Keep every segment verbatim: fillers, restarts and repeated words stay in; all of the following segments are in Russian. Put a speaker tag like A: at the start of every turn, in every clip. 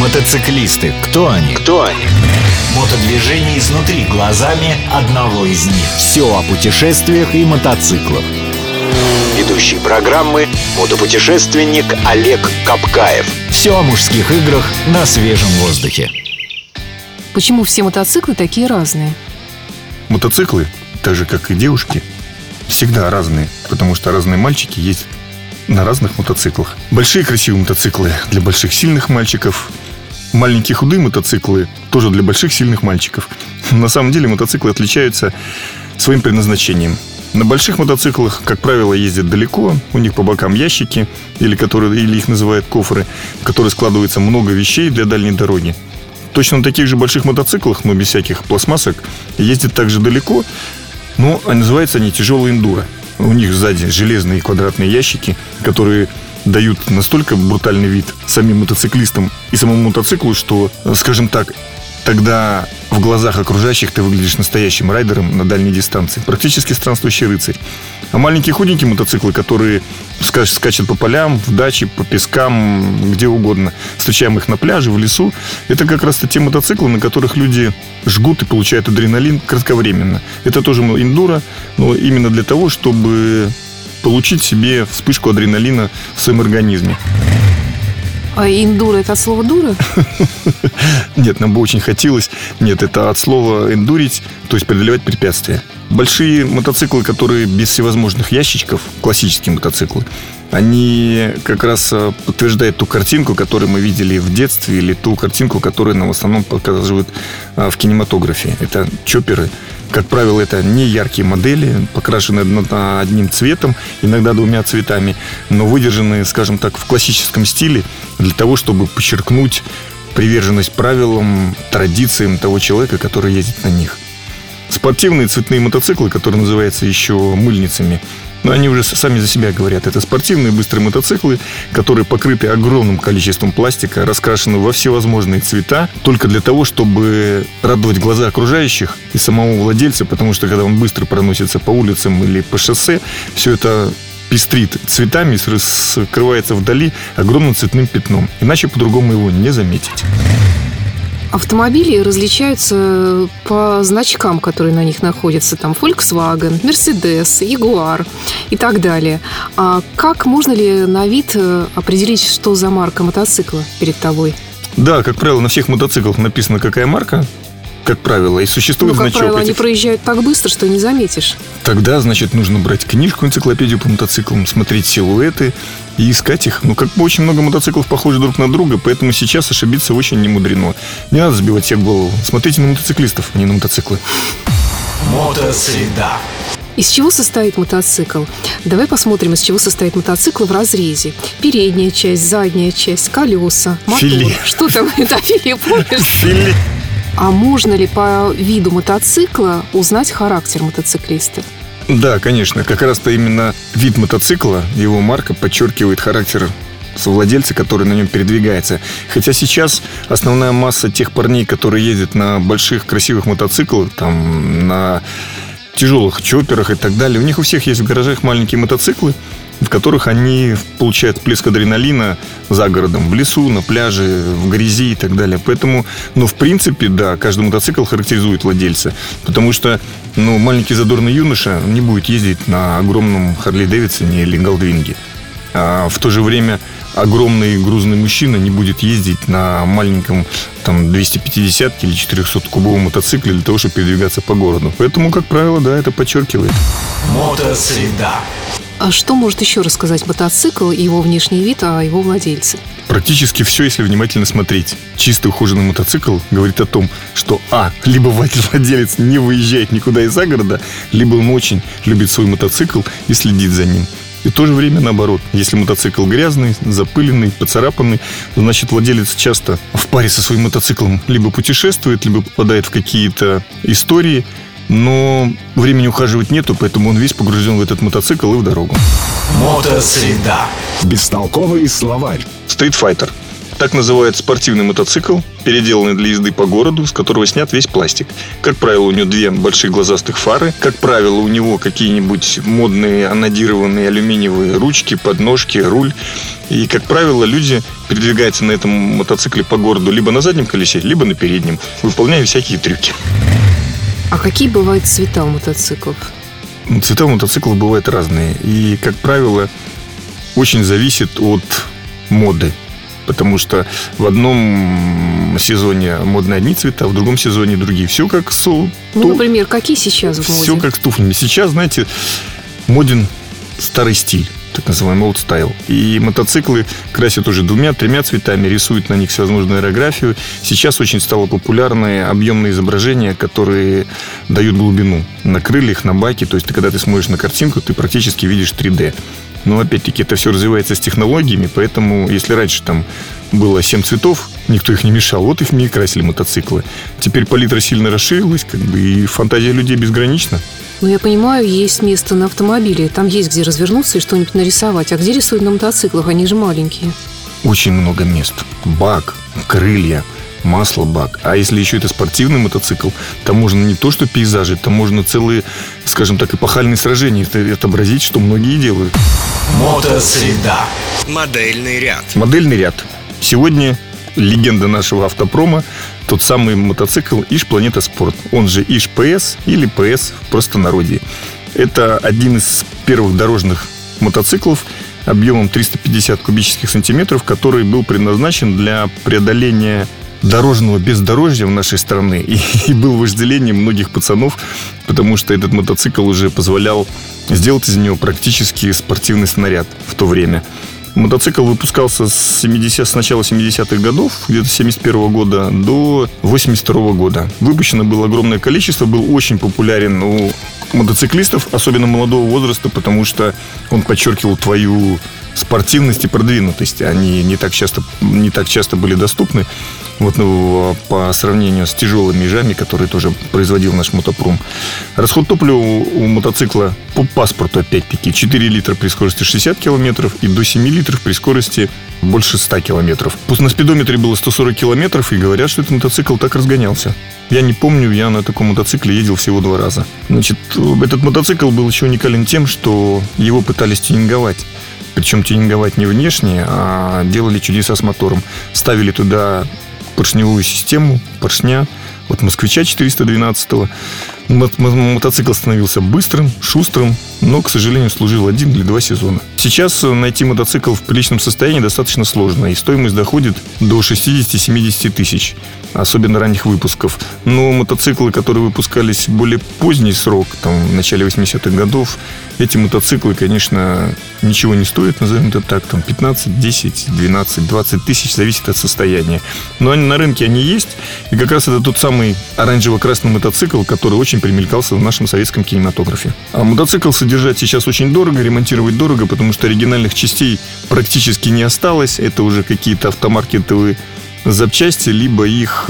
A: Мотоциклисты. Кто они?
B: Кто они?
A: Мотодвижение изнутри глазами одного из них. Все о путешествиях и мотоциклах.
B: Ведущий программы — мотопутешественник Олег Капкаев.
A: Все о мужских играх на свежем воздухе.
C: Почему все мотоциклы такие разные?
D: Мотоциклы, так же как и девушки, всегда разные, потому что разные мальчики ездят на разных мотоциклах. Большие красивые мотоциклы для больших сильных мальчиков. Маленькие худые мотоциклы тоже для больших сильных мальчиков. На самом деле мотоциклы отличаются своим предназначением. На больших мотоциклах, как правило, ездят далеко. У них по бокам ящики, или, которые, или их называют кофры, в которые складывается много вещей для дальней дороги. Точно на таких же больших мотоциклах, но без всяких пластмассок, ездят также далеко, но называются они тяжелые эндуро. У них сзади железные квадратные ящики, которые дают настолько брутальный вид самим мотоциклистам и самому мотоциклу, что, скажем так, тогда в глазах окружающих ты выглядишь настоящим райдером на дальней дистанции. Практически странствующий рыцарь. А маленькие худенькие мотоциклы, которые ска- скачут по полям, в даче, по пескам, где угодно, встречаем их на пляже, в лесу, это как раз-то те мотоциклы, на которых люди жгут и получают адреналин кратковременно. Это тоже эндуро, но именно для того, чтобы получить себе вспышку адреналина в своем организме.
C: А эндуро — это от слова дура?
D: Нет, нам бы очень хотелось. Нет, это от слова эндурить, то есть преодолевать препятствия. Большие мотоциклы, которые без всевозможных ящичков, классические мотоциклы, они как раз подтверждают ту картинку, которую мы видели в детстве, или ту картинку, которую нам в основном показывают в кинематографе. Это чопперы. Как правило, это не яркие модели, покрашенные одним цветом, иногда двумя цветами, но выдержанные, скажем так, в классическом стиле для того, чтобы подчеркнуть приверженность правилам, традициям того человека, который ездит на них. Спортивные цветные мотоциклы, которые называются еще мыльницами, но они уже сами за себя говорят. Это спортивные быстрые мотоциклы, которые покрыты огромным количеством пластика, раскрашены во всевозможные цвета, только для того, чтобы радовать глаза окружающих и самого владельца, потому что когда он быстро проносится по улицам или по шоссе, все это пестрит цветами, скрывается вдали огромным цветным пятном. Иначе по-другому его не заметить.
C: Автомобили различаются по значкам, которые на них находятся. Там Volkswagen, Mercedes, Jaguar и так далее. А как можно ли на вид определить, что за марка мотоцикла перед тобой?
D: Да, как правило, на всех мотоциклах написано, какая марка, как правило, и существует
C: ну, как
D: значок.
C: правило,
D: этих...
C: они проезжают так быстро, что не заметишь.
D: Тогда, значит, нужно брать книжку, энциклопедию по мотоциклам, смотреть силуэты и искать их. Ну, как бы очень много мотоциклов похожи друг на друга, поэтому сейчас ошибиться очень не мудрено. Не надо забивать себе голову. Смотрите на мотоциклистов, а не на мотоциклы.
A: Мотосреда.
C: Из чего состоит мотоцикл? Давай посмотрим, из чего состоит мотоцикл в разрезе. Передняя часть, задняя часть, колеса, мотор.
D: Филе.
C: Что там? Это филе, помнишь?
D: Филе.
C: А можно ли по виду мотоцикла узнать характер мотоциклиста?
D: Да, конечно. Как раз-то именно вид мотоцикла, его марка подчеркивает характер совладельца, который на нем передвигается. Хотя сейчас основная масса тех парней, которые ездят на больших красивых мотоциклах, там, на тяжелых чопперах и так далее, у них у всех есть в гаражах маленькие мотоциклы, в которых они получают всплеск адреналина за городом, в лесу, на пляже, в грязи и так далее. Поэтому, ну, в принципе, да, каждый мотоцикл характеризует владельца. Потому что, ну, маленький задорный юноша не будет ездить на огромном Харли Дэвидсоне или Голдвинге. А в то же время огромный грузный мужчина не будет ездить на маленьком там двести пятидесятке или четырехсоткубовом мотоцикле для того, чтобы передвигаться по городу. Поэтому, как правило, да, это подчеркивает.
A: Мотосреда.
C: А что может еще рассказать мотоцикл и его внешний вид о его владельце?
D: Практически все, если внимательно смотреть. Чистый ухоженный мотоцикл говорит о том, что а. либо владелец не выезжает никуда из-за города, либо он очень любит свой мотоцикл и следит за ним. И в то же время наоборот. Если мотоцикл грязный, запыленный, поцарапанный, значит, владелец часто в паре со своим мотоциклом либо путешествует, либо попадает в какие-то истории, но времени ухаживать нету, поэтому он весь погружен в этот мотоцикл и в дорогу.
A: Мотосреда.
E: Бестолковый словарь.
D: Стритфайтер. Так называют спортивный мотоцикл, переделанный для езды по городу, с которого снят весь пластик. Как правило, у него две большие глазастых фары. Как правило, у него какие-нибудь модные анодированные алюминиевые ручки, подножки, руль. И, как правило, люди передвигаются на этом мотоцикле по городу либо на заднем колесе, либо на переднем, выполняя всякие трюки.
C: А какие бывают цвета у мотоциклов?
D: Цвета у мотоциклов бывают разные. И, как правило, очень зависит от моды. Потому что в одном сезоне модны одни цвета, в другом сезоне другие. Все как с...
C: Ну, ту... например, какие сейчас в моде?
D: Все как с туфлями. Сейчас, знаете, моден старый стиль, так называемый old style. И мотоциклы красят уже двумя-тремя цветами, рисуют на них всевозможную аэрографию. Сейчас очень стало популярны объемные изображения, которые дают глубину на крыльях, на баке. То есть, ты, когда ты смотришь на картинку, ты практически видишь три дэ. Но, опять-таки, это все развивается с технологиями. Поэтому, если раньше там было семь цветов, никто их не мешал. Вот их в мире красили мотоциклы. Теперь палитра сильно расширилась, как бы, и фантазия людей безгранична.
C: Ну, я понимаю, есть место на автомобиле. Там есть где развернуться и что-нибудь нарисовать. А где рисуют на мотоциклах? Они же маленькие.
D: Очень много мест. Бак, крылья, масло-бак. А если еще это спортивный мотоцикл, то можно не то что пейзажи, то можно целые, скажем так, эпохальные сражения отобразить, что многие делают.
A: Мотосреда.
B: Модельный ряд.
D: Модельный ряд. Сегодня легенда нашего автопрома, тот самый мотоцикл Иж Планета Спорт. Он же Иж ПС или ПС в простонародье. Это один из первых дорожных мотоциклов объемом триста пятьдесят кубических сантиметров, который был предназначен для преодоления дорожного бездорожья в нашей стране и, и был вожделением многих пацанов, потому что этот мотоцикл уже позволял сделать из него практически спортивный снаряд в то время. Мотоцикл выпускался с, семидесятых, с начала семидесятых годов, где-то с семьдесят первого года до восемьдесят второго года. Выпущено было огромное количество, был очень популярен у мотоциклистов, особенно молодого возраста, потому что он подчеркивал твою спортивность и продвинутость. Они не так часто, не так часто были доступны вот, ну, по сравнению с тяжелыми ежами, которые тоже производил наш мотопром. Расход топлива у мотоцикла по паспорту, опять-таки, четыре литра при скорости шестьдесят километров и до семи литров при скорости больше ста километров. На спидометре было сто сорок километров, и говорят, что этот мотоцикл так разгонялся. Я не помню, я на таком мотоцикле ездил всего два раза. Значит, этот мотоцикл был еще уникален тем, что его пытались тюнинговать. Причем тюнинговать не внешне, а делали чудеса с мотором. Ставили туда поршневую систему, поршня от «Москвича» четыреста двенадцатого. Мотоцикл становился быстрым, шустрым, но, к сожалению, служил один или два сезона. Сейчас найти мотоцикл в приличном состоянии достаточно сложно, и стоимость доходит до шестьдесят-семьдесят тысяч, особенно ранних выпусков. Но мотоциклы, которые выпускались в более поздний срок, там, в начале восьмидесятых годов, эти мотоциклы, конечно, ничего не стоят, назовем это так, там пятнадцать, десять, двенадцать, двадцать тысяч, зависит от состояния. Но они, на рынке они есть, и как раз это тот самый оранжево-красный мотоцикл, который очень примелькался в нашем советском кинематографе. А мотоцикл содержать сейчас очень дорого, ремонтировать дорого, потому что оригинальных частей практически не осталось. Это уже какие-то автомаркетовые запчасти, либо их,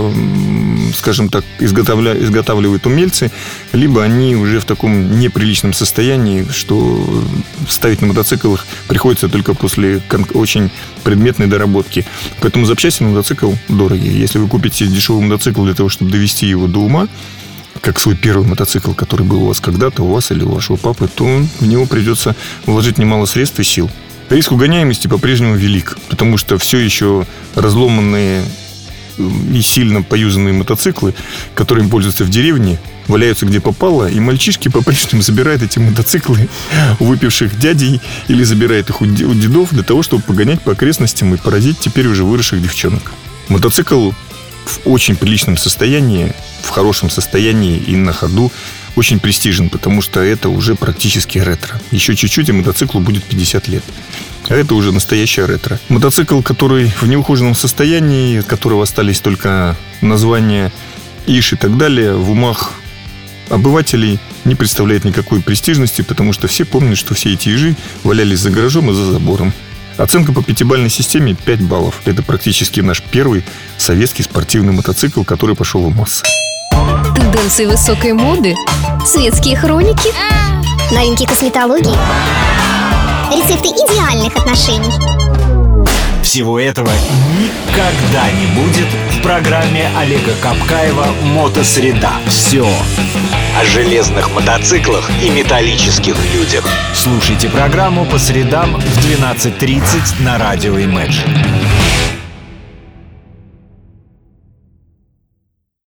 D: скажем так, изготовля... изготавливают умельцы, либо они уже в таком неприличном состоянии, что ставить на мотоциклах приходится только после очень предметной доработки. Поэтому запчасти на мотоцикл дорогие. Если вы купите дешевый мотоцикл для того, чтобы довести его до ума, как свой первый мотоцикл, который был у вас когда-то, у вас или у вашего папы, то в него придется вложить немало средств и сил. Риск угоняемости по-прежнему велик, потому что все еще разломанные и сильно поюзанные мотоциклы, которыми пользуются в деревне, валяются где попало, и мальчишки по-прежнему забирают эти мотоциклы у выпивших дядей или забирают их у дедов для того, чтобы погонять по окрестностям и поразить теперь уже выросших девчонок. Мотоцикл в очень приличном состоянии, в хорошем состоянии и на ходу очень престижен, потому что это уже практически ретро. Еще чуть-чуть, и мотоциклу будет пятьдесят лет. А это уже настоящее ретро. Мотоцикл, который в неухоженном состоянии, от которого остались только названия Иж и так далее, в умах обывателей не представляет никакой престижности, потому что все помнят, что все эти Ижи валялись за гаражом и за забором. Оценка по пятибалльной системе пять баллов. Это практически наш первый советский спортивный мотоцикл, который пошел в массы.
E: Тенденции высокой моды, светские хроники,
F: новинки косметологии, рецепты идеальных отношений.
A: Всего этого никогда не будет в программе Олега Капкаева «Мотосреда». Все
B: О железных мотоциклах и металлических людях.
A: слушайте программу по средам в двенадцать тридцать на радио Imagine.